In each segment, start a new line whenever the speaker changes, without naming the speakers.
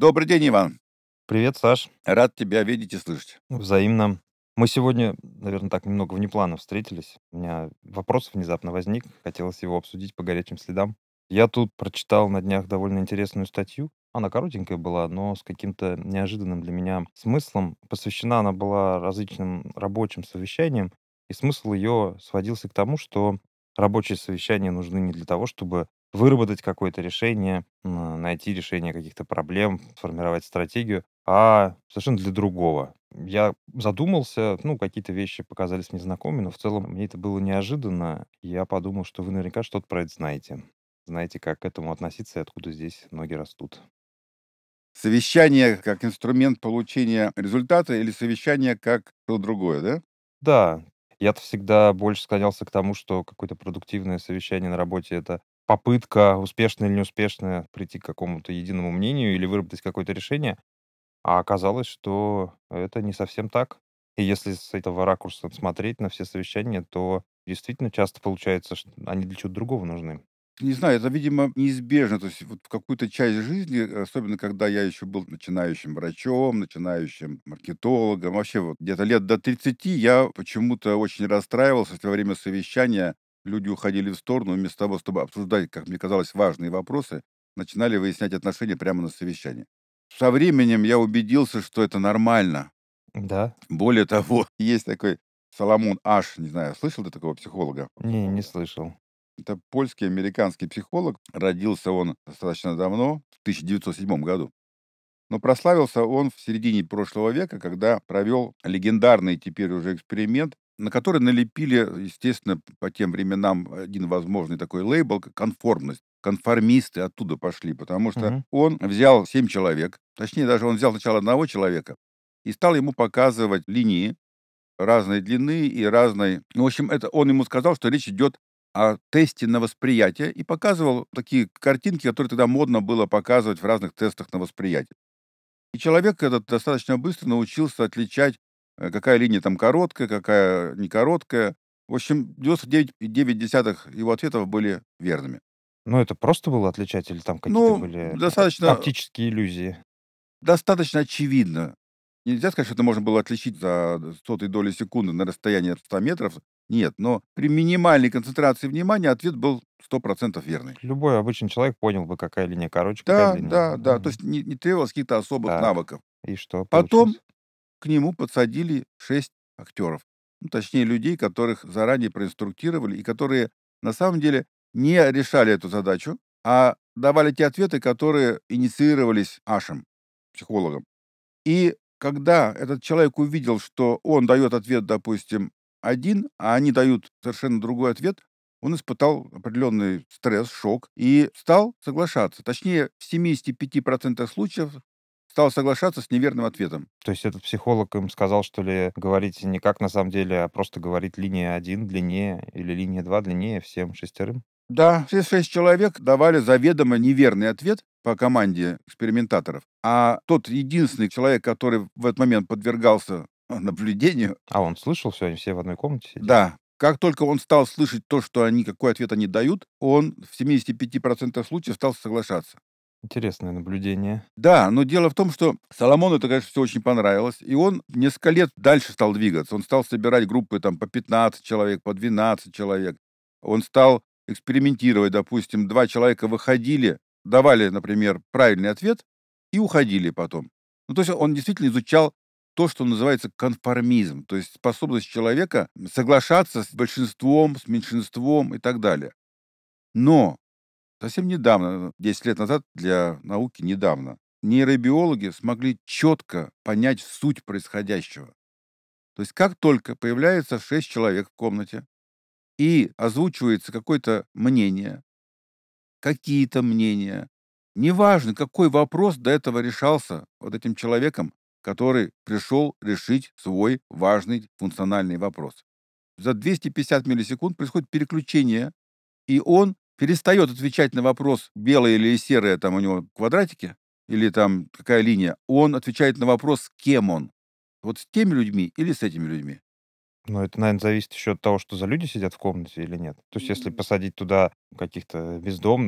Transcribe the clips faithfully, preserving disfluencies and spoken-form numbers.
Добрый день, Иван.
Привет, Саш.
Рад тебя видеть и слышать.
Взаимно. Мы сегодня, наверное, так немного внепланово встретились. У меня вопрос внезапно возник. Хотелось его обсудить по горячим следам. Я тут прочитал на днях довольно интересную статью. Она коротенькая была, но с каким-то неожиданным для меня смыслом. Посвящена она была различным рабочим совещаниям. И смысл ее сводился к тому, что рабочие совещания нужны не для того, чтобы выработать какое-то решение, м, найти решение каких-то проблем, сформировать стратегию, а совершенно для другого. Я задумался, ну, какие-то вещи показались мне знакомыми, но в целом мне это было неожиданно. Я подумал, что вы наверняка что-то про это знаете. Знаете, как к этому относиться и откуда здесь ноги растут.
Совещание как инструмент получения результата или совещание как то другое, да?
Да, я-то всегда больше склонялся к тому, что какое-то продуктивное совещание на работе — это попытка, успешная или неуспешная, прийти к какому-то единому мнению или выработать какое-то решение. А оказалось, что это не совсем так. И если с этого ракурса смотреть на все совещания, то действительно часто получается, что они для чего-то другого нужны.
Не знаю, это, видимо, неизбежно. То есть вот в какую-то часть жизни, особенно когда я еще был начинающим врачом, начинающим маркетологом, вообще вот где-то лет до тридцати я почему-то очень расстраивался, если во время совещания люди уходили в сторону, вместо того, чтобы обсуждать, как мне казалось, важные вопросы, начинали выяснять отношения прямо на совещании. Со временем я убедился, что это нормально.
Да?
Более того, есть такой Соломон Аш, не знаю, слышал ты такого психолога?
Не, не слышал.
Это польский американский психолог. Родился он достаточно давно, в тысяча девятьсот седьмом году. Но прославился он в середине прошлого века, когда провел легендарный теперь уже эксперимент, на который налепили, естественно, по тем временам один возможный такой лейбл, как конформность. Конформисты оттуда пошли, потому что
Мгм.
он взял семь человек, точнее даже он взял сначала одного человека и стал ему показывать линии разной длины и разной... Ну, в общем, это он ему сказал, что речь идет о тесте на восприятие и показывал такие картинки, которые тогда модно было показывать в разных тестах на восприятие. И человек этот достаточно быстро научился отличать, э, какая линия там короткая, какая не короткая. В общем, девяносто девять и девять десятых его ответов были верными.
Ну, это просто было отличать или там какие-то
Ну,
были о-
достаточно
оптические иллюзии?
Достаточно очевидно. Нельзя сказать, что это можно было отличить за сотой доли секунды на расстоянии от ста метров. Нет, но при минимальной концентрации внимания ответ был сто процентов верный.
Акт обычный человек понял бы, какая линия короче, какая
Да,
длиннее.
да, да. То
Мгм.
есть не, не требовалось каких-то особых
Так,
навыков.
и что
Потом
получилось?
к нему подсадили шесть актеров. Ну, точнее, людей, которых заранее проинструктировали и которые на самом деле не решали эту задачу, а давали те ответы, которые инициировались Ашем, психологом. И когда этот человек увидел, что он дает ответ, допустим, один, а они дают совершенно другой ответ, он испытал определенный стресс, шок и стал соглашаться. Точнее, в семидесяти пяти процентах случаев стал соглашаться с неверным ответом.
То есть этот психолог им сказал, что ли, говорить не как на самом деле, а просто говорить линия один длиннее или линия два длиннее всем шестерым?
Да, все шесть человек давали заведомо неверный ответ по команде экспериментаторов, а тот единственный человек, который в этот момент подвергался а, наблюдению,
А он слышал все, они все в одной комнате сидели?
да, как только он стал слышать то, что они, какой ответ они дают, он в семидесяти пяти процентах случаев стал соглашаться.
Интересное наблюдение.
Да, но дело в том, что Соломону это, конечно, все очень понравилось, и он несколько лет дальше стал двигаться. Он стал собирать группы там по пятнадцать человек, по двенадцать человек. Он стал экспериментировать, допустим, два человека выходили, давали, например, правильный ответ и уходили потом. Ну, то есть он действительно изучал то, что называется конформизм, то есть способность человека соглашаться с большинством, с меньшинством и так далее. Но совсем недавно, десять лет назад, для науки недавно, нейробиологи смогли четко понять суть происходящего. То есть как только появляется шесть человек в комнате и озвучивается какое-то мнение, какие-то мнения, неважно, какой вопрос до этого решался вот этим человеком, который пришел решить свой важный функциональный вопрос. За двести пятьдесят миллисекунд происходит переключение, и он перестает отвечать на вопрос, белое или серое там у него квадратики, или там какая линия. Он отвечает на вопрос, с кем он. Вот с теми людьми или с этими людьми.
Но это, наверное, зависит еще от того, что за люди сидят в комнате или нет. То есть если
М,
посадить туда каких-то бездомных,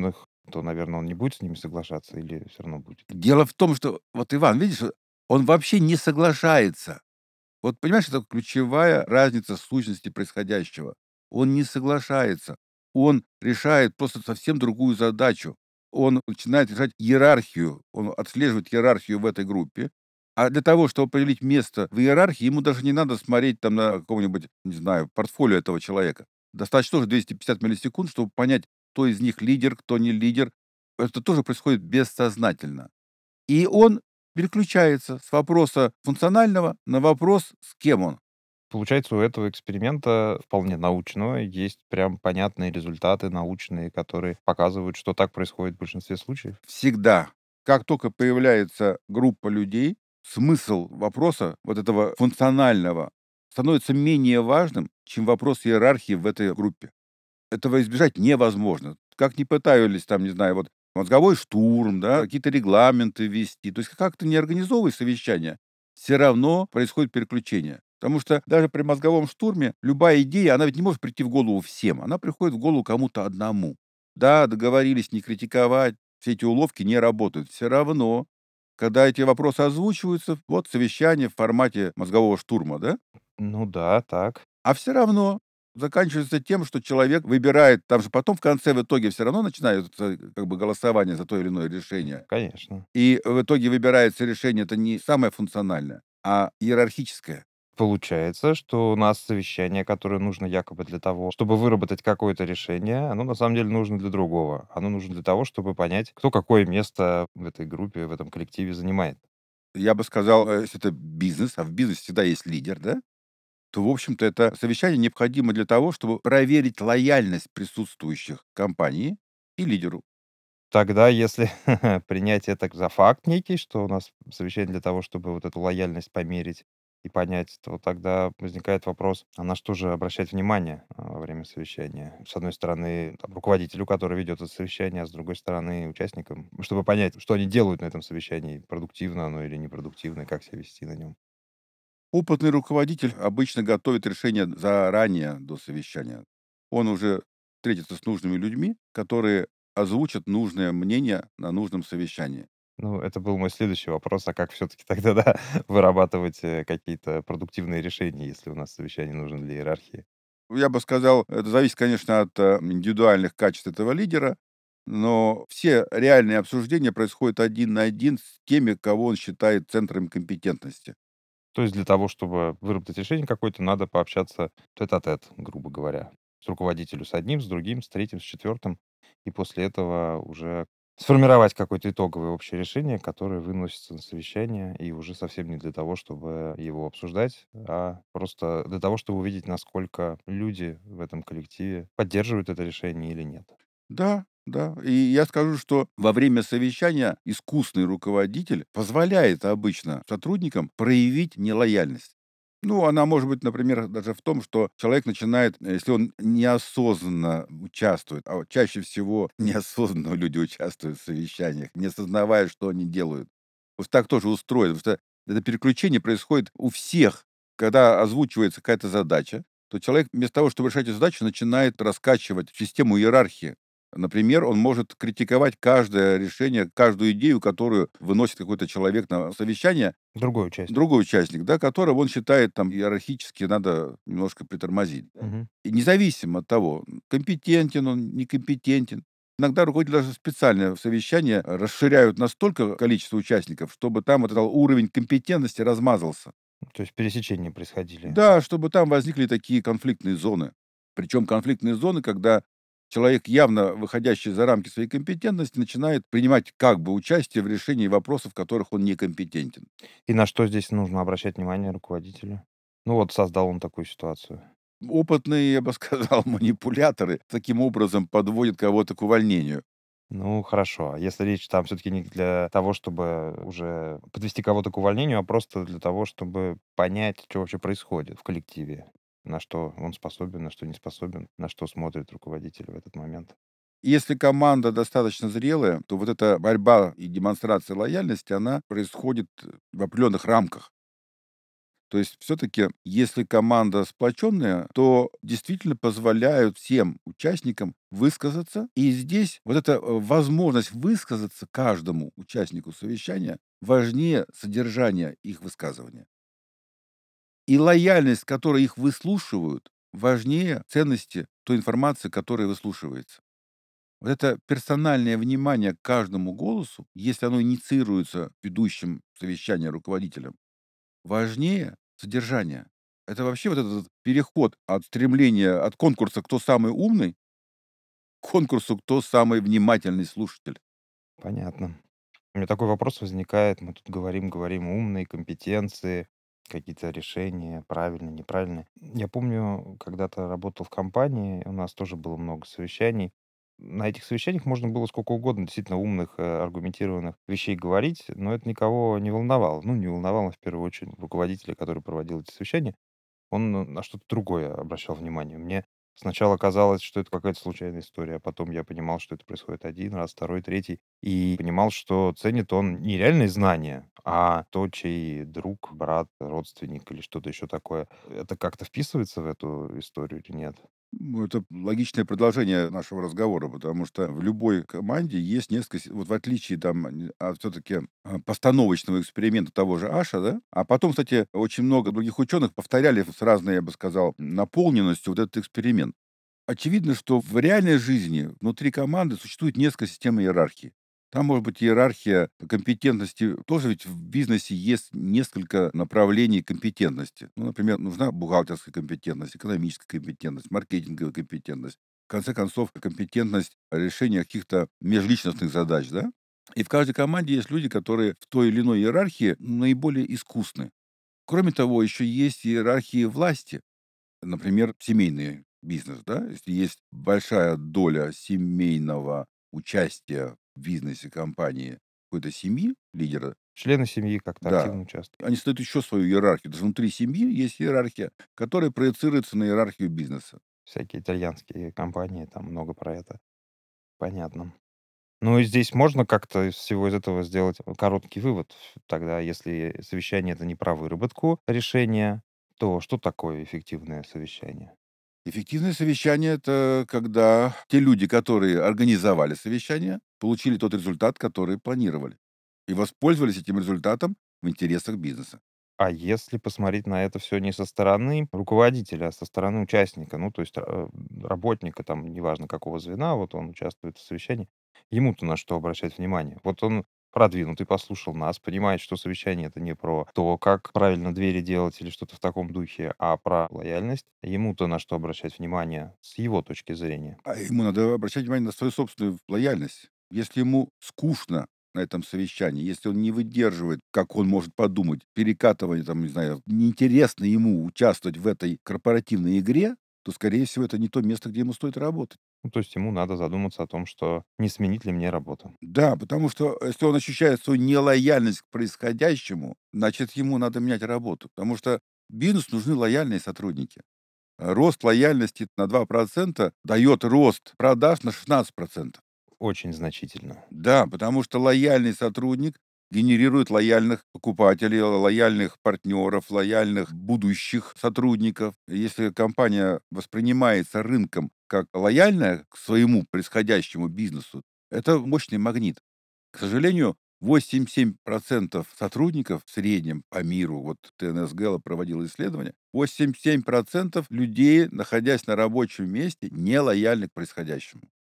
то, наверное, он не будет с ними соглашаться или все равно будет?
Дело в том, что вот Иван, видишь, э, он вообще не соглашается. Вот понимаешь, это ключевая разница сущности происходящего. Он не соглашается. Он решает просто совсем другую задачу. Он начинает решать иерархию. Он отслеживает иерархию в этой группе. А для того, чтобы определить место в иерархии, ему даже не надо смотреть там на какого-нибудь, не знаю, портфолио этого человека. Достаточно тоже двести пятьдесят миллисекунд, чтобы понять, кто из них лидер, кто не лидер. Это тоже происходит бессознательно. И он переключается с вопроса функционального на вопрос, с кем он.
Получается, у этого эксперимента, вполне научного, есть прям понятные результаты научные, которые показывают, что так происходит в большинстве случаев?
Всегда, как только появляется группа людей, смысл вопроса вот этого функционального становится менее важным, чем вопрос иерархии в этой группе. Этого избежать невозможно. Как ни пытались там, не знаю, вот мозговой штурм, да, какие-то регламенты ввести. То есть как ты не организовывай совещание, все равно происходит переключение. Потому что даже при мозговом штурме любая идея, она ведь не может прийти в голову всем. Она приходит в голову кому-то одному. Да, договорились не критиковать, все эти уловки не работают. Все равно, когда эти вопросы озвучиваются, вот совещание в формате мозгового штурма, да,
Ну да, так,
а все равно заканчивается тем, что человек выбирает, там же потом в конце, в итоге все равно начинается как бы голосование за то или иное решение.
конечно.
И в итоге выбирается решение, это не самое функциональное, а иерархическое.
Получается, что у нас совещание, которое нужно якобы для того, чтобы выработать какое-то решение, оно на самом деле нужно для другого. Оно нужно для того, чтобы понять, кто какое место в этой группе, в этом коллективе занимает.
Я бы сказал, э, если это бизнес, а в бизнесе всегда есть лидер, да, то, в общем-то, это совещание необходимо для того, чтобы проверить лояльность присутствующих компании и лидеру.
Тогда, если принять это за факт некий, что у нас совещание для того, чтобы вот эту лояльность померить и понять, то тогда возникает вопрос, а на что же обращать внимание а, во время совещания? С одной стороны, там, руководителю, который ведет это совещание, а с другой стороны, участникам, чтобы понять, что они делают на этом совещании, продуктивно оно или непродуктивно, и как себя вести на нем.
Опытный руководитель обычно готовит решение заранее до совещания. Он уже встретится с нужными людьми, которые озвучат нужное мнение на нужном совещании.
Ну, это был мой следующий вопрос, а как все-таки тогда, да, вырабатывать э, какие-то продуктивные решения, если у нас совещание нужно для иерархии?
Я бы сказал, это зависит, конечно, от э, индивидуальных качеств этого лидера, но все реальные обсуждения происходят один на один с теми, кого он считает центром компетентности.
То есть для того, чтобы выработать решение какое-то, надо пообщаться тет-а-тет, грубо говоря, с руководителем, с одним, с другим, с третьим, с четвертым, и после этого уже сформировать какое-то итоговое общее решение, которое выносится на совещание, и уже совсем не для того, чтобы его обсуждать, а просто для того, чтобы увидеть, насколько люди в этом коллективе поддерживают это решение или нет.
Да, да. И я скажу, что во время совещания искусный руководитель позволяет обычно сотрудникам проявить нелояльность. Ну, она может быть, например, даже в том, что человек начинает, э, если он неосознанно участвует, а вот чаще всего неосознанно люди участвуют в совещаниях, не осознавая, что они делают. Вот так тоже устроено, потому что это переключение происходит у всех. Когда озвучивается какая-то задача, то человек вместо того, чтобы решать эту задачу, начинает раскачивать систему иерархии. Например, он может критиковать каждое решение, каждую идею, которую выносит какой-то человек на совещание,
Другой участник.
другой участник, да, которого он считает там иерархически надо немножко притормозить. Да.
Мгм.
И независимо от того, компетентен он, некомпетентен. Иногда руководители даже специально в совещания расширяют настолько количество участников, чтобы там вот этот уровень компетентности размазался.
То есть пересечения происходили.
Да, чтобы там возникли такие конфликтные зоны. Причем конфликтные зоны, когда человек, явно выходящий за рамки своей компетентности, начинает принимать как бы участие в решении вопросов, в которых он некомпетентен.
И на что здесь нужно обращать внимание руководителю? Ну вот создал он такую ситуацию.
Опытные, я бы сказал, манипуляторы таким образом подводят кого-то к увольнению.
Ну, хорошо. А если речь там все-таки не для того, чтобы уже подвести кого-то к увольнению, а просто для того, чтобы понять, что вообще происходит в коллективе, на что он способен, на что не способен, на что смотрит руководитель в этот момент.
Если команда достаточно зрелая, то вот эта борьба и демонстрация лояльности, она происходит в определенных рамках. То есть все-таки, если команда сплоченная, то действительно позволяют всем участникам высказаться. И здесь вот эта э, возможность высказаться каждому участнику совещания важнее содержания их высказывания. И лояльность, с которой их выслушивают, важнее ценности той информации, которая выслушивается. Вот это персональное внимание к каждому голосу, если оно инициируется ведущим совещания руководителем, важнее содержания. Это вообще вот этот переход от стремления, от конкурса «Кто самый умный» к конкурсу «Кто самый внимательный слушатель».
Понятно. У меня такой вопрос возникает. Мы тут говорим, говорим умные компетенции, какие-то решения, правильные, неправильные. Я помню, когда-то работал в компании, у нас тоже было много совещаний. На этих совещаниях можно было сколько угодно действительно умных, э, аргументированных вещей говорить, но это никого не волновало. Ну, не волновало в первую очередь руководителя, который проводил эти совещания. Он э, на что-то другое обращал внимание. Мне сначала казалось, что это какая-то случайная история, а потом я понимал, что это происходит один раз, второй, третий, и понимал, что ценит он не реальные знания, а то, чей друг, брат, родственник или что-то еще такое. Это как-то вписывается в эту историю или нет?
Ну, это логичное продолжение нашего разговора, потому что в любой команде есть несколько, с- вот в отличие там н- от все-таки постановочного эксперимента того же Аша, да, а потом, кстати, очень много других ученых повторяли с разной, я бы сказал, наполненностью вот этот эксперимент. Очевидно, что в реальной жизни внутри команды существует несколько систем иерархии. Там может быть иерархия компетентности. Тоже ведь в бизнесе есть несколько направлений компетентности. Ну, например, нужна бухгалтерская компетентность, экономическая компетентность, маркетинговая компетентность. В конце концов, компетентность решения каких-то межличностных задач, да? И в каждой команде есть люди, которые в той или иной иерархии наиболее искусны. Кроме того, еще есть иерархии власти. Например, семейный бизнес, да, если есть большая доля семейного участия в бизнесе компании какой-то семьи, лидера,
Члены семьи как-то
да,
активно участвуют.
они создают еще свою иерархию. Даже внутри семьи есть иерархия, которая проецируется на иерархию бизнеса.
Всякие итальянские компании, там много про это. Понятно. Ну и здесь можно как-то из всего из этого сделать короткий вывод. Тогда, если совещание это не про выработку решения, то что такое эффективное совещание?
Эффективное совещание — это когда те люди, которые организовали совещание, получили тот результат, который планировали, и воспользовались этим результатом в интересах бизнеса.
А если посмотреть на это все не со стороны руководителя, а со стороны участника, ну, то есть э, работника, там, неважно какого звена, вот он участвует в совещании, ему-то на что обращать внимание? Вот он продвинутый, послушал нас, понимает, что совещание это не про то, как правильно двери делать или что-то в таком духе, а про лояльность. Ему-то на что обращать внимание с его точки зрения.
А ему надо обращать внимание на свою собственную лояльность. Если ему скучно на этом совещании, если он не выдерживает, как он может подумать, перекатывание, там, не знаю, неинтересно ему участвовать в этой корпоративной игре, то, скорее всего, это не то место, где ему стоит работать.
Ну, то есть ему надо задуматься о том, что не сменить ли мне работу.
Да, потому что если он ощущает свою нелояльность к происходящему, значит, ему надо менять работу. Потому что бизнесу нужны лояльные сотрудники. А рост лояльности на два процента дает рост продаж на шестнадцать процентов.
Очень значительно.
Да, потому что лояльный сотрудник генерирует лояльных покупателей, лояльных партнеров, лояльных будущих сотрудников. Если компания воспринимается рынком как лояльная к своему происходящему бизнесу, это мощный магнит. К сожалению, восемьдесят семь процентов сотрудников в среднем по миру, вот Т Н С Гэллап проводил исследование, восемьдесят семь процентов людей, находясь на рабочем месте, не лояльны к происходящему,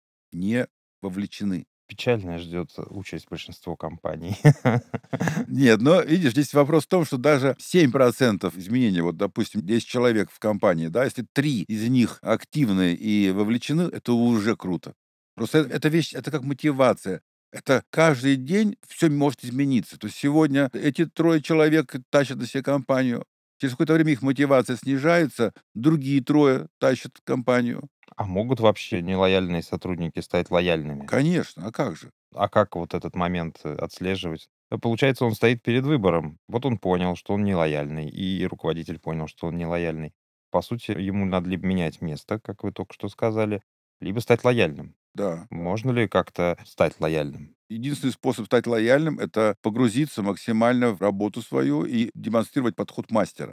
не вовлечены.
Печальная ждет участь большинства компаний.
Нет, но видишь, здесь вопрос в том, что даже семь процентов изменений, вот, допустим, десять человек в компании, да, если три из них активны и вовлечены, это уже круто. Просто э- эта вещь, это как мотивация. Это каждый день все может измениться. То есть сегодня эти трое человек тащат на себе компанию, через какое-то время их мотивация снижается, другие трое тащат компанию.
А могут вообще нелояльные сотрудники стать лояльными?
Конечно, а как же?
А как вот этот момент э, отслеживать? Э, Получается, он стоит перед выбором. Вот он понял, что он нелояльный, и руководитель понял, что он нелояльный. По сути, ему надо либо менять место, как вы только что сказали, либо стать лояльным.
Да.
Можно ли как-то стать лояльным?
Единственный способ стать лояльным — это погрузиться максимально в работу свою и демонстрировать подход мастера.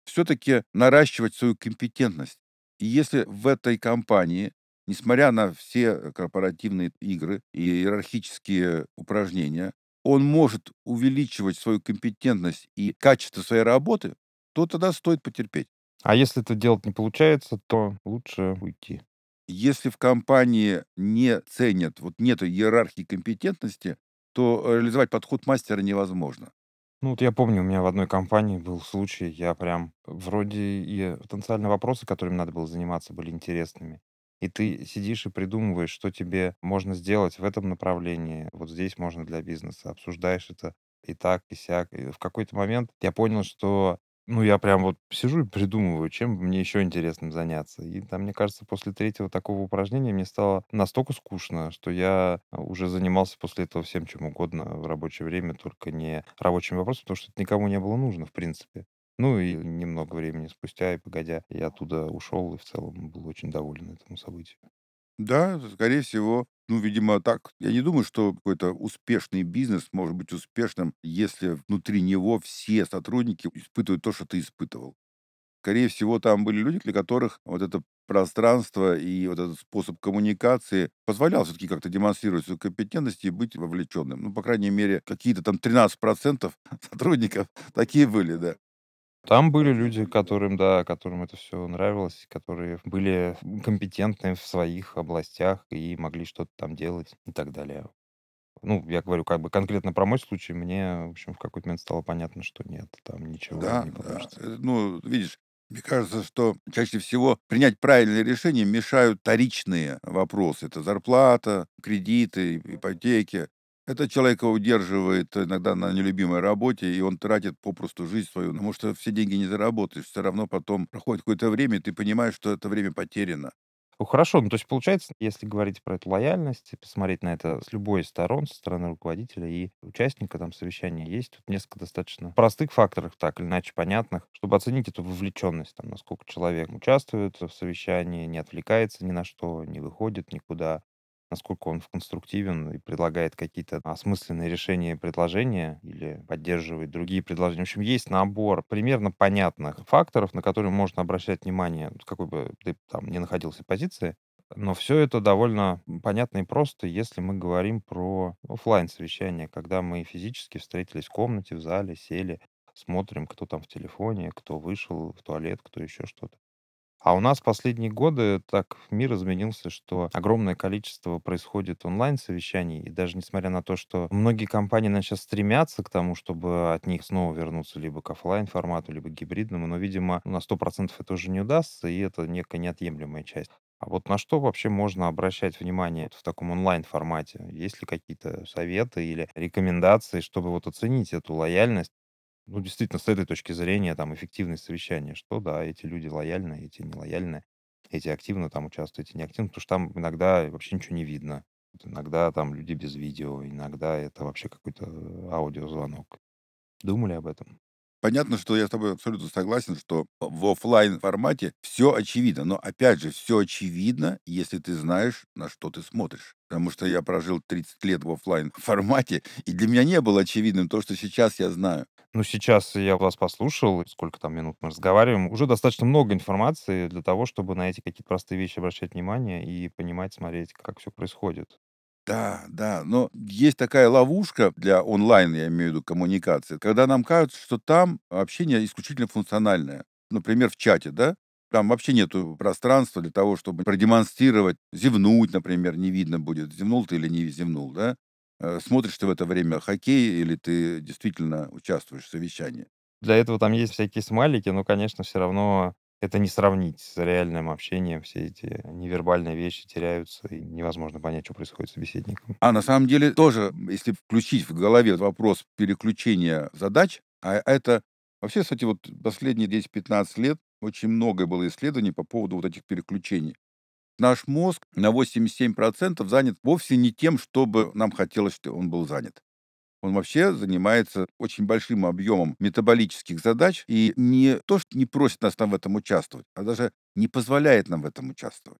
все-таки наращивать свою компетентность. И если в этой компании, несмотря на все корпоративные игры и иерархические упражнения, он может увеличивать свою компетентность и качество своей работы, то тогда стоит потерпеть.
А если это делать не получается, то лучше уйти.
Если в компании не ценят, вот нету иерархии компетентности, то реализовать подход мастера невозможно.
Ну, вот я помню, у меня в одной компании был случай, я прям вроде и потенциально вопросы, которыми надо было заниматься, были интересными. И ты сидишь и придумываешь, что тебе можно сделать в этом направлении, вот здесь можно для бизнеса, обсуждаешь это и так, и сяк. И в какой-то момент я понял, что, ну, я прям вот сижу и придумываю, чем бы мне еще интересным заняться. И там, мне кажется, после третьего такого упражнения мне стало настолько скучно, что я а, уже занимался после этого всем чем угодно в рабочее время, только не рабочим вопросом, потому что это никому не было нужно, в принципе. Ну и немного времени спустя и погодя, я оттуда ушел и в целом был очень доволен этому событию.
Да, скорее всего, ну, видимо, так. Я не думаю, что какой-то успешный бизнес может быть успешным, если внутри него все сотрудники испытывают то, что ты испытывал. Скорее всего, там были люди, для которых вот это пространство и вот этот способ коммуникации позволял все-таки как-то демонстрировать свою компетентность и быть вовлеченным. Ну, по крайней мере, какие-то там тринадцать процентов сотрудников такие были, да.
Там были люди, которым, да, которым это все нравилось, которые были компетентны в своих областях и могли что-то там делать и так далее. Ну, я говорю, как бы конкретно про мой случай, мне, в общем, в какой-то момент стало понятно, что нет, там ничего
Да,
не
да.
получится.
Э, Ну, видишь, мне кажется, что чаще всего принять правильное решение мешают вторичные вопросы. Это зарплата, кредиты, ипотеки. Это человека удерживает иногда на нелюбимой работе, и он тратит попросту жизнь свою, потому что все деньги не заработаешь. Все равно потом проходит какое-то время, и ты понимаешь, что это время потеряно.
Ну, хорошо, ну, то есть получается, если говорить про эту лояльность и посмотреть на это с любой из сторон, со стороны руководителя и участника там совещания, есть тут несколько достаточно простых факторов, так или иначе понятных, чтобы оценить эту вовлеченность, там, насколько человек участвует в совещании, не отвлекается ни на что, не выходит никуда, насколько он конструктивен и предлагает какие-то осмысленные решения и предложения или поддерживает другие предложения. В общем, есть набор примерно понятных факторов, на которые можно обращать внимание, с какой бы ты там ни находился позиции. Но все это довольно понятно и просто, если мы говорим про оффлайн совещание, когда мы физически встретились в комнате, в зале, сели, смотрим, кто там в телефоне, кто вышел в туалет, кто еще что-то. А у нас последние годы так мир изменился, что огромное количество происходит онлайн-совещаний. И даже несмотря на то, что многие компании, наверно, щас стремятся к тому, чтобы от них снова вернуться либо к оффлайн формату, либо к гибридному, но, видимо, на сто процентов это уже не удастся, и это некая неотъемлемая часть. А вот на что вообще можно обращать внимание в таком онлайн-формате? Есть ли какие-то советы или рекомендации, чтобы вот оценить эту лояльность? Ну, действительно, с этой точки зрения, там, эффективность совещания, что да, эти люди лояльны, эти нелояльны, эти активно там участвуют, эти не активно, потому что там иногда вообще ничего не видно. Вот иногда там люди без видео, иногда это вообще какой-то э, аудиозвонок. Думали об этом?
Понятно, что я с тобой абсолютно согласен, что в оффлайн формате все очевидно. Но опять же, все очевидно, если ты знаешь, на что ты смотришь. Потому что я прожил тридцать лет в оффлайн формате, и для меня не было очевидным то, что сейчас я знаю.
Ну, сейчас я вас послушал, сколько там минут мы разговариваем, уже достаточно много информации для того, чтобы на эти какие-то простые вещи обращать внимание и понимать, смотреть, как все происходит.
Да, да, но есть такая ловушка для онлайн, я имею в виду коммуникации, когда нам кажется, что там общение исключительно функциональное. Например, в чате, да? Там вообще нету пространства для того, чтобы продемонстрировать, зевнуть, например, не видно будет, зевнул ты или не зевнул, да? Э, Смотришь ты в это время хоккей или ты действительно участвуешь в совещании.
Для этого там есть всякие смайлики, но, конечно, все равно это не сравнить с реальным общением. Все эти невербальные вещи теряются, и невозможно понять, что происходит с собеседником.
А на самом деле тоже, если включить в голове вопрос переключения задач, а это вообще, кстати, вот последние десять пятнадцать лет очень много было исследований по поводу вот этих переключений. Наш мозг на восемьдесят семь процентов занят вовсе не тем, чтобы нам хотелось, чтобы он был занят. Он вообще занимается очень большим объемом метаболических задач и не то, что не просит нас там в этом участвовать, а даже не позволяет нам в этом участвовать.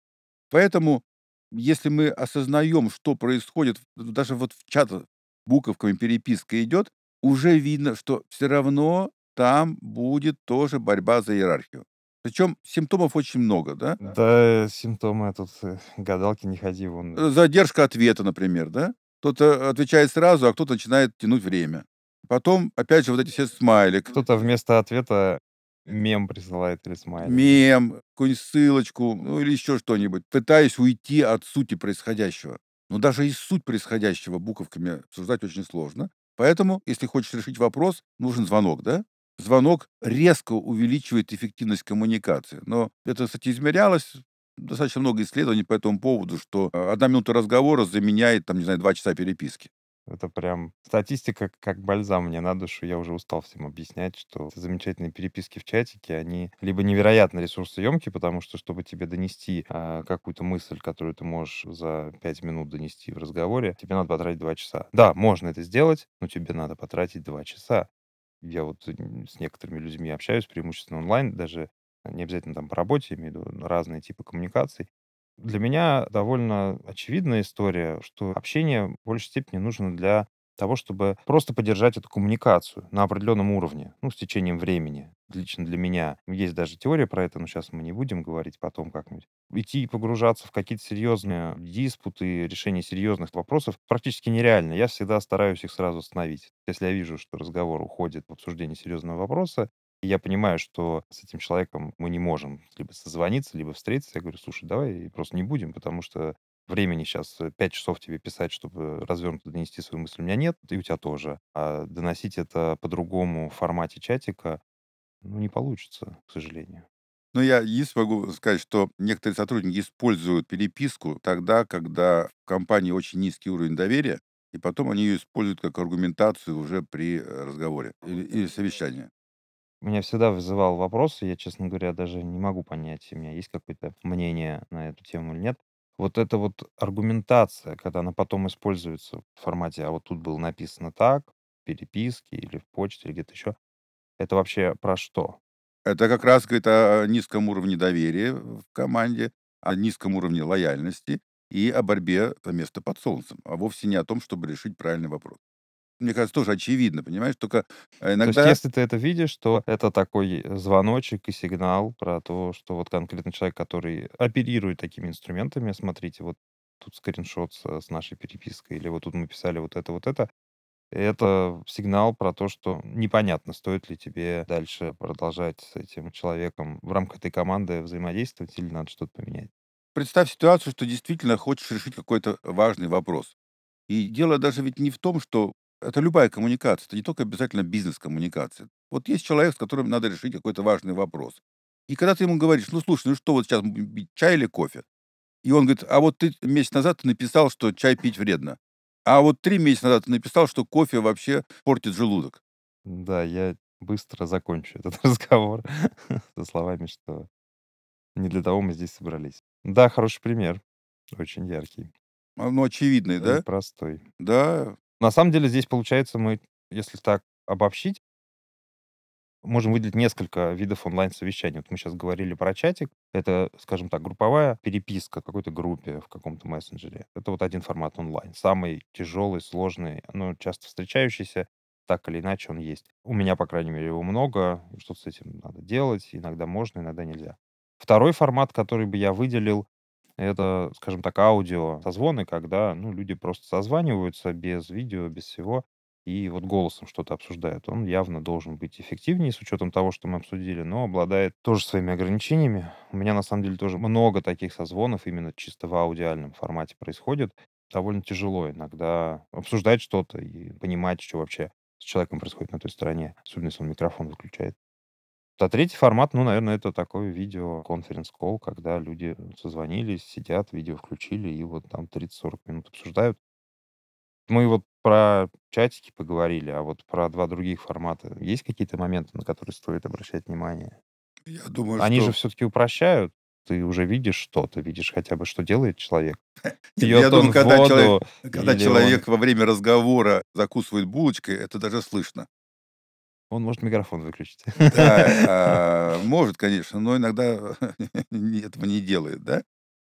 Поэтому, если мы осознаем, что происходит, в даже вот в чатах буковками переписка идет, уже видно, что все равно там будет тоже борьба за иерархию. Причем симптомов очень много, да?
Да, симптомы тут, э, гадалки не ходи,
Э,
вон.
задержка ответа, например, да? Кто-то отвечает сразу, а кто-то начинает тянуть время. Потом, опять же, вот эти все смайлик,
Кто-то вместо ответа мем присылает или смайлик, да.
мем, какую-нибудь ссылочку, ну или еще что-нибудь, пытаясь уйти от сути происходящего. Но даже и суть происходящего буковками обсуждать очень сложно. Поэтому, если хочешь решить вопрос, нужен звонок, да? Звонок резко увеличивает эффективность коммуникации. Но это, кстати, измерялось. Достаточно много исследований по этому поводу, что э, одна минута разговора заменяет, там, не знаю, два часа переписки.
Это прям статистика как бальзам мне на душу. Я уже устал всем объяснять, что эти замечательные переписки в чатике, они либо невероятно ресурсоемкие, потому что, чтобы тебе донести а, какую-то мысль, которую ты можешь за пять минут донести в разговоре, тебе надо потратить два часа. Да, можно это сделать, но тебе надо потратить два часа. Я вот м, с некоторыми людьми общаюсь, преимущественно онлайн, даже не обязательно там по работе, имею в виду разные типы коммуникаций. Для меня довольно очевидная история, что общение в большей степени нужно для того, чтобы просто поддержать эту коммуникацию на определенном уровне, ну, с течением времени. Лично для меня есть даже теория про это, но сейчас мы не будем говорить, потом как-нибудь. Идти и погружаться в какие-то серьезные диспуты, решение серьезных вопросов практически нереально. Я всегда стараюсь их сразу остановить. Если я вижу, что разговор уходит в обсуждение серьезного вопроса, и я понимаю, что с этим человеком мы не можем либо созвониться, либо встретиться. Я говорю: слушай, давай просто не будем, потому что времени сейчас пять часов тебе писать, чтобы развернуто донести свою мысль, у меня нет, и у тебя тоже. А доносить это по-другому в формате чатика, ну, не получится, к сожалению.
Но я и смогу сказать, что некоторые сотрудники используют переписку тогда, когда в компании очень низкий уровень доверия, и потом они ее используют как аргументацию уже при э, разговоре или, или совещании.
Меня всегда вызывал вопрос, и я, честно говоря, даже не могу понять, у меня есть какое-то мнение на эту тему или нет. Вот эта вот аргументация, когда она потом используется в формате, а вот тут было написано так, в переписке или в почте, или где-то еще, это вообще про что?
Это как раз говорит о низком уровне доверия в команде, о низком уровне лояльности и о борьбе за место под солнцем, а вовсе не о том, чтобы решить правильный вопрос. Мне кажется, тоже очевидно, понимаешь? Только э,
То есть,
иногда
если ты это видишь, то это такой звоночек и сигнал про то, что вот конкретно человек, который оперирует такими инструментами, смотрите, вот тут скриншот с, с нашей перепиской, или вот тут мы писали вот это, вот это, это сигнал про то, что непонятно, стоит ли тебе дальше продолжать с этим человеком в рамках этой команды взаимодействовать или надо что-то поменять.
представь ситуацию, что действительно хочешь решить какой-то важный вопрос. И дело даже ведь не в том, что это любая коммуникация, это не только обязательно бизнес-коммуникация. Вот есть человек, с которым надо решить какой-то важный вопрос. И когда ты ему говоришь: ну слушай, ну что вот сейчас мы будем пить, чай или кофе? И он говорит: а вот ты месяц назад ты написал, что чай пить вредно. А вот три месяца назад ты написал, что кофе вообще портит желудок.
Да, я быстро закончу этот разговор со словами, что не для того мы здесь собрались. Да, хороший пример, очень яркий
А, ну, очевидный,
и
да?
простой.
Да.
На самом деле здесь получается мы, если так обобщить, можем выделить несколько видов онлайн-совещаний. Вот мы сейчас говорили про чатик. Это, скажем так, групповая переписка в какой-то группе, в каком-то мессенджере. Это вот один формат онлайн. Самый тяжелый, сложный, но часто встречающийся. Так или иначе он есть. У меня, по крайней мере, его много. Что-то с этим надо делать. Иногда можно, иногда нельзя. Второй формат, который бы я выделил, это, скажем так, аудио созвоны, когда, ну, люди просто созваниваются без видео, без всего, и вот голосом что-то обсуждают. Он явно должен быть эффективнее с учетом того, что мы обсудили, но обладает тоже своими ограничениями. У меня, на самом деле, тоже много таких созвонов именно чисто в аудиальном формате происходит. Довольно тяжело иногда обсуждать что-то и понимать, что вообще с человеком происходит на той стороне, особенно если он микрофон выключает. А третий формат, ну, наверное, это такой видео-конференц-колл, когда люди созвонились, сидят, видео включили и вот там тридцать-сорок минут обсуждают. Мы вот про чатики поговорили, а вот про два других формата есть какие-то моменты, на которые стоит обращать внимание?
Я думаю,
Они же
что
все-таки упрощают. Ты уже видишь что, ты видишь хотя бы, что делает человек.
нет, ну, я
Пьет он
думаю, когда человек
воду
когда
или он...
человек во время разговора закусывает булочкой, это даже слышно.
Он может микрофон выключить.
Да, а, может, конечно, но иногда не этого не делает, да?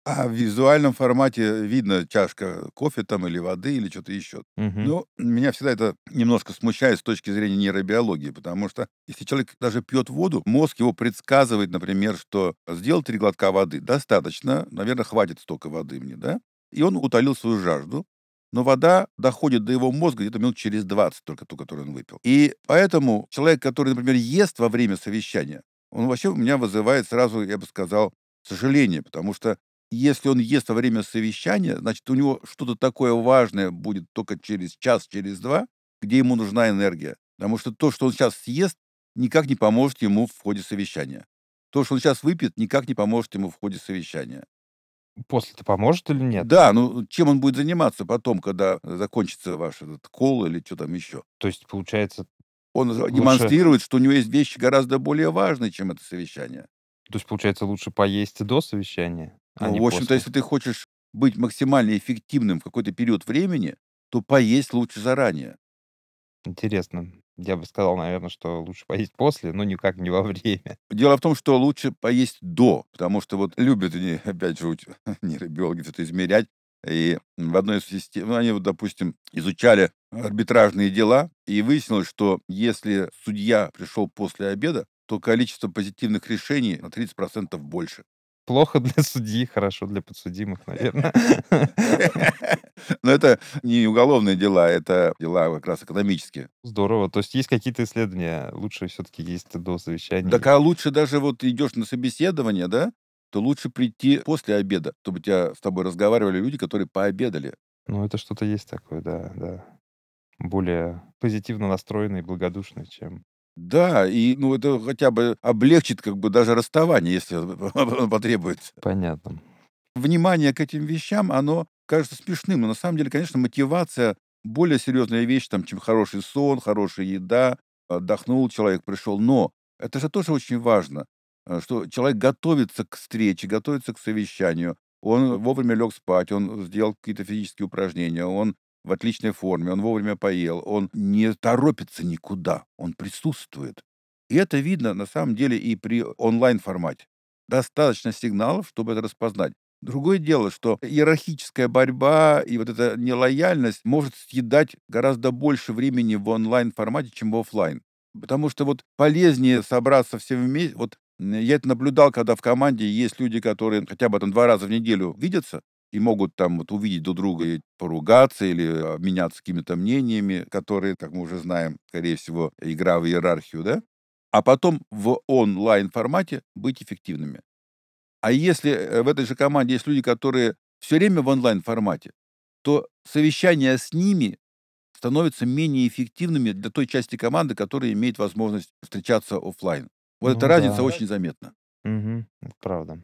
А в визуальном формате видно чашка кофе там или воды, или чё-то еще.
Мгм.
Ну, меня всегда это немножко смущает с точки зрения нейробиологии, потому что если человек даже пьет воду, мозг его предсказывает, например, что сделал три глотка воды, достаточно, наверно, хватит столько воды мне, да, и он утолил свою жажду. Но вода доходит до его мозга где-то минут через двадцать только, ту, которую он выпил. И поэтому человек, который, например, ест во время совещания, он вообще у меня вызывает сразу, я бы сказал, сожаление, потому что если он ест во время совещания, значит, у него что-то такое важное будет тока через час, через два, где ему нужна энергия. Потому что то, что он щас съест, никак не поможет ему в ходе совещания. То, что он щас выпьет, никак не поможет ему в ходе совещания.
После-то поможет или нет?
Да, ну, чем он будет заниматься потом, когда закончится ваш этот колл или чё там еще?
То есть, получается,
Он з
лучше
демонстрирует, что у него есть вещи гораздо более важные, чем это совещание.
То есть, получается, лучше поесть до совещания, а
Ну,
не
в общем-то,
после?
если ты хочешь быть максимально эффективным в какой-то период времени, то поесть лучше заранее.
Интересно. Я бы сказал, наверно, что лучше поесть после, но никак не во время.
Дело в том, что лучше поесть до, потому что вот любят они, опять же, уч нейробиологи всё это измерять. И в одной из систем ну, они вот, допустим, изучали арбитражные дела, и выяснилось, что если судья пришел после обеда, то количество позитивных решений на тридцать процентов больше.
Плохо для судьи, хорошо для подсудимых, наверно.
Но это не уголовные дела, это дела как раз экономические.
Здорово. То есть есть какие-то исследования, лучше всё-таки есть до
Дак
совещаний?
а лучше даже вот идешь на собеседование, да, то лучше прийти после обеда, чтобы тя с тобой разговаривали люди, которые пообедали.
Ну, это что-то есть такое, да, да. Более позитивно настроенные и благодушные, чем
Да, и, ну, это хотя бы облегчит как бы даже расставание, если потребуется.
Понятно.
Внимание к этим вещам, оно кажется смешным, но на самом деле, конечно, мотивация- более серьезная вещь, там, чем хороший сон, хорошая еда, отдохнул человек, пришел. Но это же тоже очень важно, э, что человек готовится к встрече, готовится к совещанию, он вовремя лег спать, он сделал какие-то физические упражнения, он в отличной форме, он вовремя поел, он не торопится никуда, он присутствует. И это видно на самом деле и при онлайн-формате. Достаточно сигналов, чтобы это распознать. Другое дело, что иерархическая борьба и вот эта нелояльность может съедать гораздо больше времени в онлайн-формате, чем в оффлайн. Потому что вот полезнее собраться всем вме вот, м, я это наблюдал, когда в команде есть люди, которые хотя бы там два раза в неделю видятся и могут там вот увидеть друг друга и поругаться или обменяться какими-то мнениями, которые, как мы уже знаем, скорее всего, игра в иерархию, да, а потом в онлайн-формате быть эффективными. А если, э, в этой же команде есть люди, которые всё время в онлайн-формате, то совещания с ними становятся менее эффективными для той части команды, которая имеет возможность встречаться оффлайн. Вот эта
Ну
разница
да.
очень заметна.
Мгм. Это правда.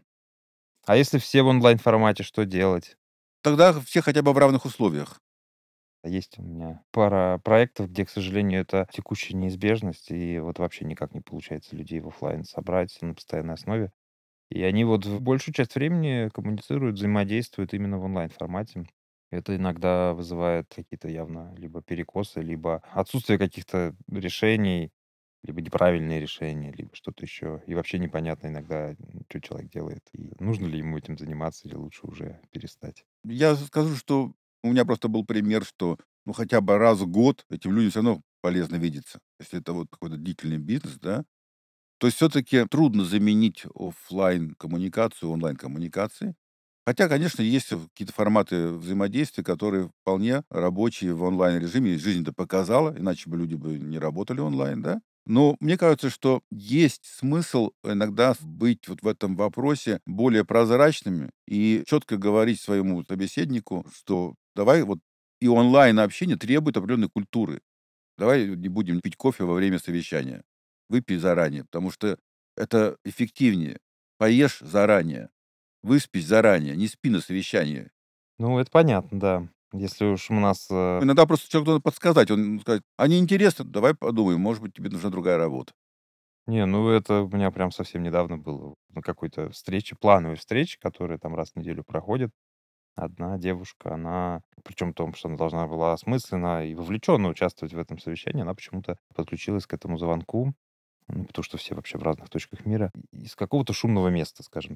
А если все в онлайн-формате, что делать?
Тогда все хотя бы в равных условиях.
Есть у меня пара проектов, где, к сожалению, это текущая неизбежность, и вот вообще никак не получается людей в оффлайн собрать на постоянной основе. И они вот в большую часть времени коммуницируют, взаимодействуют именно в онлайн-формате. Это иногда вызывает какие-то явно либо перекосы, либо отсутствие каких-то решений, либо неправильные решения, либо что-то еще. И вообще непонятно иногда, м, чё человек делает, и нужно ли ему этим заниматься, или лучше уже перестать.
Я скажу, что у меня просто был пример, что, ну, хотя бы раз в год этим людям всё равно полезно видеться. Если это вот какой-то длительный бизнес, да. То есть всё-таки трудно заменить оффлайн-коммуникацию онлайн-коммуникацией. Хотя, конечно, есть какие-то форматы взаимодействия, которые вполне рабочие в онлайн-режиме. И жизнь это показала, иначе бы люди бы не работали онлайн, да. Но мне кажется, что есть смысл иногда быть вот в этом вопросе более прозрачными и четко говорить своему собеседнику, что давай вот и онлайн-общение требует определенной культуры. Давай не будем пить кофе во время совещания. Выпей заранее, потому что это эффективнее. Поешь заранее, выспись заранее, не спи на совещании.
Ну, это понятно, да. Если уж у нас, э
Иногда просто человеку надо подсказать, он скажет: "А не интересно? Давай подумаем, может быть, тебе нужна другая работа".
Не, ну это у меня прям совсем недавно было. На какой-то встрече, плановой встрече, которая там раз в неделю проходит. Одна девушка, она, причем в том, что она должна была осмысленно и вовлеченно участвовать в этом совещании, она почему-то подключилась к этому звонку, ну, потому что все вообще в разных точках мира, из какого-то шумного места, скажем так.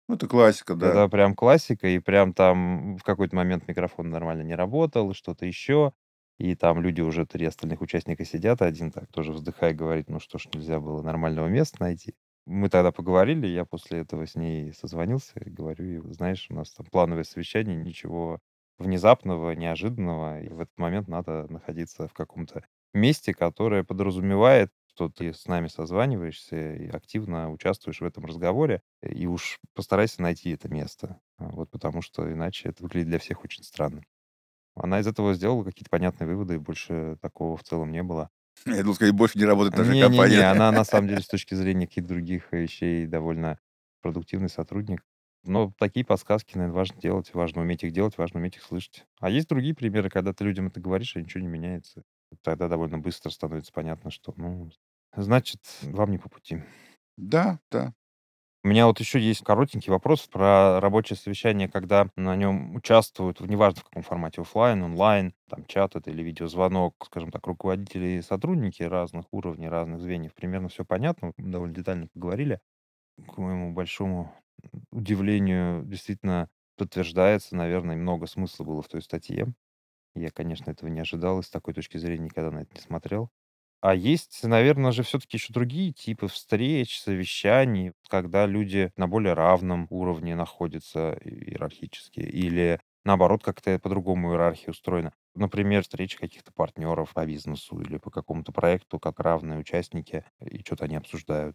Ну, это классика, да.
Это прям классика, и прям там в какой-то момент микрофон нормально не работал, что-то еще. И там люди уже, три остальных участника сидят, один так тоже вздыхая говорит: "Ну что ж, нельзя было нормального места найти?" Мы тогда поговорили, я после этого с ней созвонился и говорю ей: "Вот знаешь, у нас там плановое совещание, ничего внезапного, неожиданного, и в этот момент надо находиться в каком-то месте, которое подразумевает, что ты с нами созваниваешься и активно участвуешь в этом разговоре, и уж постарайся найти это место. А, вот потому что иначе это выглядит для всех очень странно". Она из этого сделала какие-то понятные выводы, и больше такого в целом не было.
Я думал сказать, больше не работает в нашей
Не-не-не,
компании.
она на самом деле с точки зрения каких-то других вещей довольно продуктивный сотрудник. Но такие подсказки, наверно, важно делать, важно уметь их делать, важно уметь их слышать. А есть другие примеры, когда ты людям это говоришь, и ничего не меняется. Тогда довольно быстро становится понятно, что, ну, значит, вам не по пути.
Да, да.
У меня вот еще есть коротенький вопрос про рабочее совещание, когда на нем участвуют, в неважно в каком формате, оффлайн, онлайн, там чат это или видеозвонок, скажем так, руководители и сотрудники разных уровней, разных звеньев. Примерно все понятно, мы довольно детально поговорили. К моему большому удивлению, действительно подтверждается, наверное, много смысла было в той статье. Я, конечно, этого не ожидал и с такой точки зрения никогда на это не смотрел. А есть, наверное же, все-таки еще другие типы встреч, совещаний, когда люди на более равном уровне находятся и- иерархически, или наоборот, как-то по-другому иерархия устроена. Например, встреча каких-то партнеров по бизнесу или по какому-то проекту, как равные участники, и что-то они обсуждают.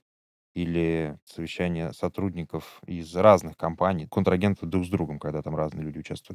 Или совещание сотрудников из разных компаний, контрагентов друг с другом, когда там разные люди участвуют.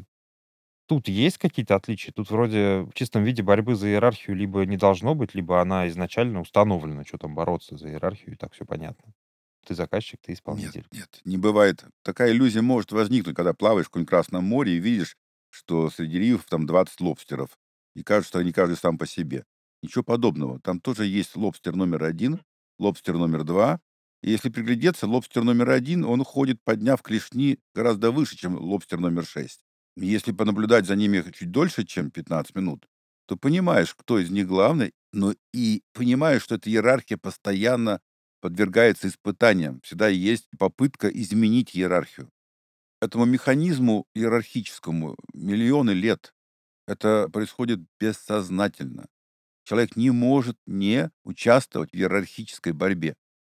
Тут есть какие-то отличия? Тут вроде в чистом виде борьбы за иерархию либо не должно быть, либо она изначально установлена. Что там бороться за иерархию, и так все понятно. Ты заказчик, ты
Нет,
исполнитель.
нет, не бывает. Такая иллюзия может возникнуть, когда плаваешь в каком-нибудь Красном море и видишь, что среди рифов там двадцать лобстеров. И кажется, что они каждый сам по себе. Ничего подобного. Там тоже есть лобстер номер один, лобстер номер два. И если приглядеться, лобстер номер один, он ходит, подняв клешни гораздо выше, чем лобстер номер шесть. Если понаблюдать за ними чуть дольше, чем пятнадцать минут, то понимаешь, кто из них главный, но и понимаешь, что эта иерархия постоянно подвергается испытаниям. Всегда есть попытка изменить иерархию. Этому механизму иерархическому миллионы лет. Это происходит бессознательно. Человек не может не участвовать в иерархической борьбе.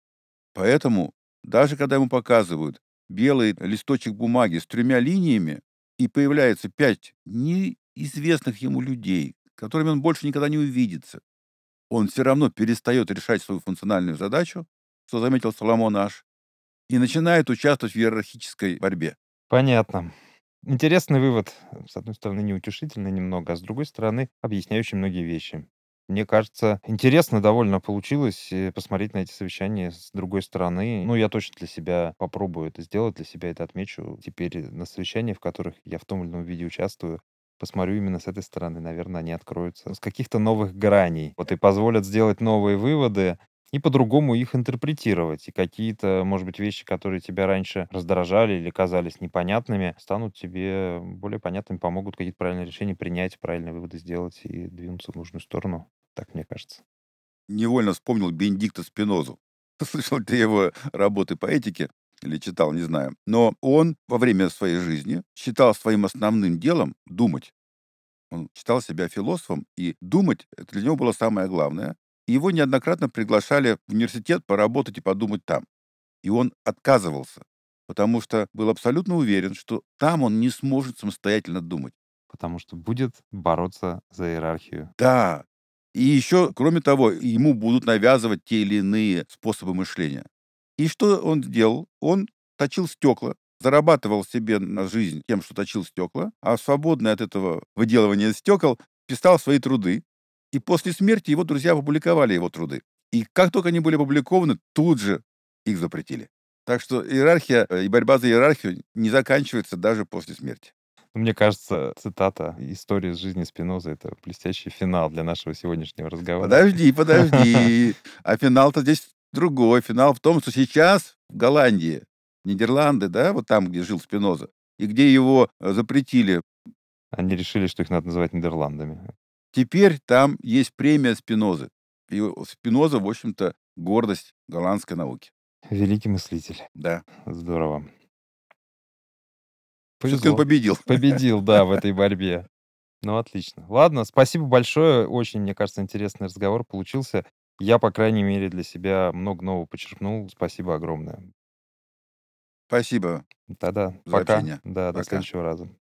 Поэтому даже когда ему показывают белый листочек бумаги с тремя линиями, и появляется пять неизвестных ему людей, с которыми он больше никогда не увидится, он все равно перестает решать свою функциональную задачу, что заметил Соломон Аш, и начинает участвовать в иерархической борьбе.
Понятно. Интересный вывод. С одной стороны, неутешительный немного, а с другой стороны, объясняющий многие вещи. Мне кажется, интересно довольно получилось э, посмотреть на эти совещания с другой стороны. Ну, я точно для себя попробую это сделать, для себя это отмечу. Теперь э, на совещаниях, в которых я в том или ином виде участвую, посмотрю именно с этой стороны. Наверное, они откроются с каких-то новых граней. Вот и позволят сделать новые выводы, и по-другому их интерпретировать. И какие-то, может быть, вещи, которые тебя раньше раздражали или казались непонятными, станут тебе более понятными, помогут какие-то правильные решения принять, правильные выводы сделать и двинуться в нужную сторону. Так мне кажется.
Невольно вспомнил Бенедикта Спинозу. Слышал ты его работы по этике или читал, не знаю. Но он во время своей жизни считал своим основным делом думать. Он считал себя философом, и думать — это для него было самое главное. И его неоднократно приглашали в университет поработать и подумать там. И он отказывался, потому что был абсолютно уверен, что там он не сможет самостоятельно думать.
Потому что будет бороться за иерархию.
Да, и еще, кроме того, ему будут навязывать те или иные способы мышления. И что он сделал? Он точил стекла, зарабатывал себе на жизнь тем, что точил стекла, а свободное от этого выделывания стекол писал свои труды. И после смерти его друзья опубликовали его труды. И как только они были опубликованы, тут же их запретили. Так что иерархия э, и борьба за иерархию не заканчивается даже после смерти.
Мне кажется, цитата «История из жизни Спиноза» — это блестящий финал для нашего сегодняшнего разговора.
Подожди, подожди. А финал-то здесь другой. Финал в том, что сейчас в Голландии, Нидерланды, да, вот там, где жил Спиноза, и где его э, запретили,
Они решили, что их надо называть Нидерландами.
теперь там есть премия Спинозы. И у Спиноза, в общем-то, гордость голландской науки.
Великий мыслитель.
Да.
Здорово.
Все-таки он
Повезло.
победил.
Победил, да, в этой борьбе. Ну, отлично. Ладно, спасибо большое. Очень, мне кажется, интересный разговор получился. Я, по крайней мере, для себя много нового почерпнул. Спасибо огромное.
Спасибо
Тогда
за
пока.
общение.
Да, до
Пока.
следующего раза.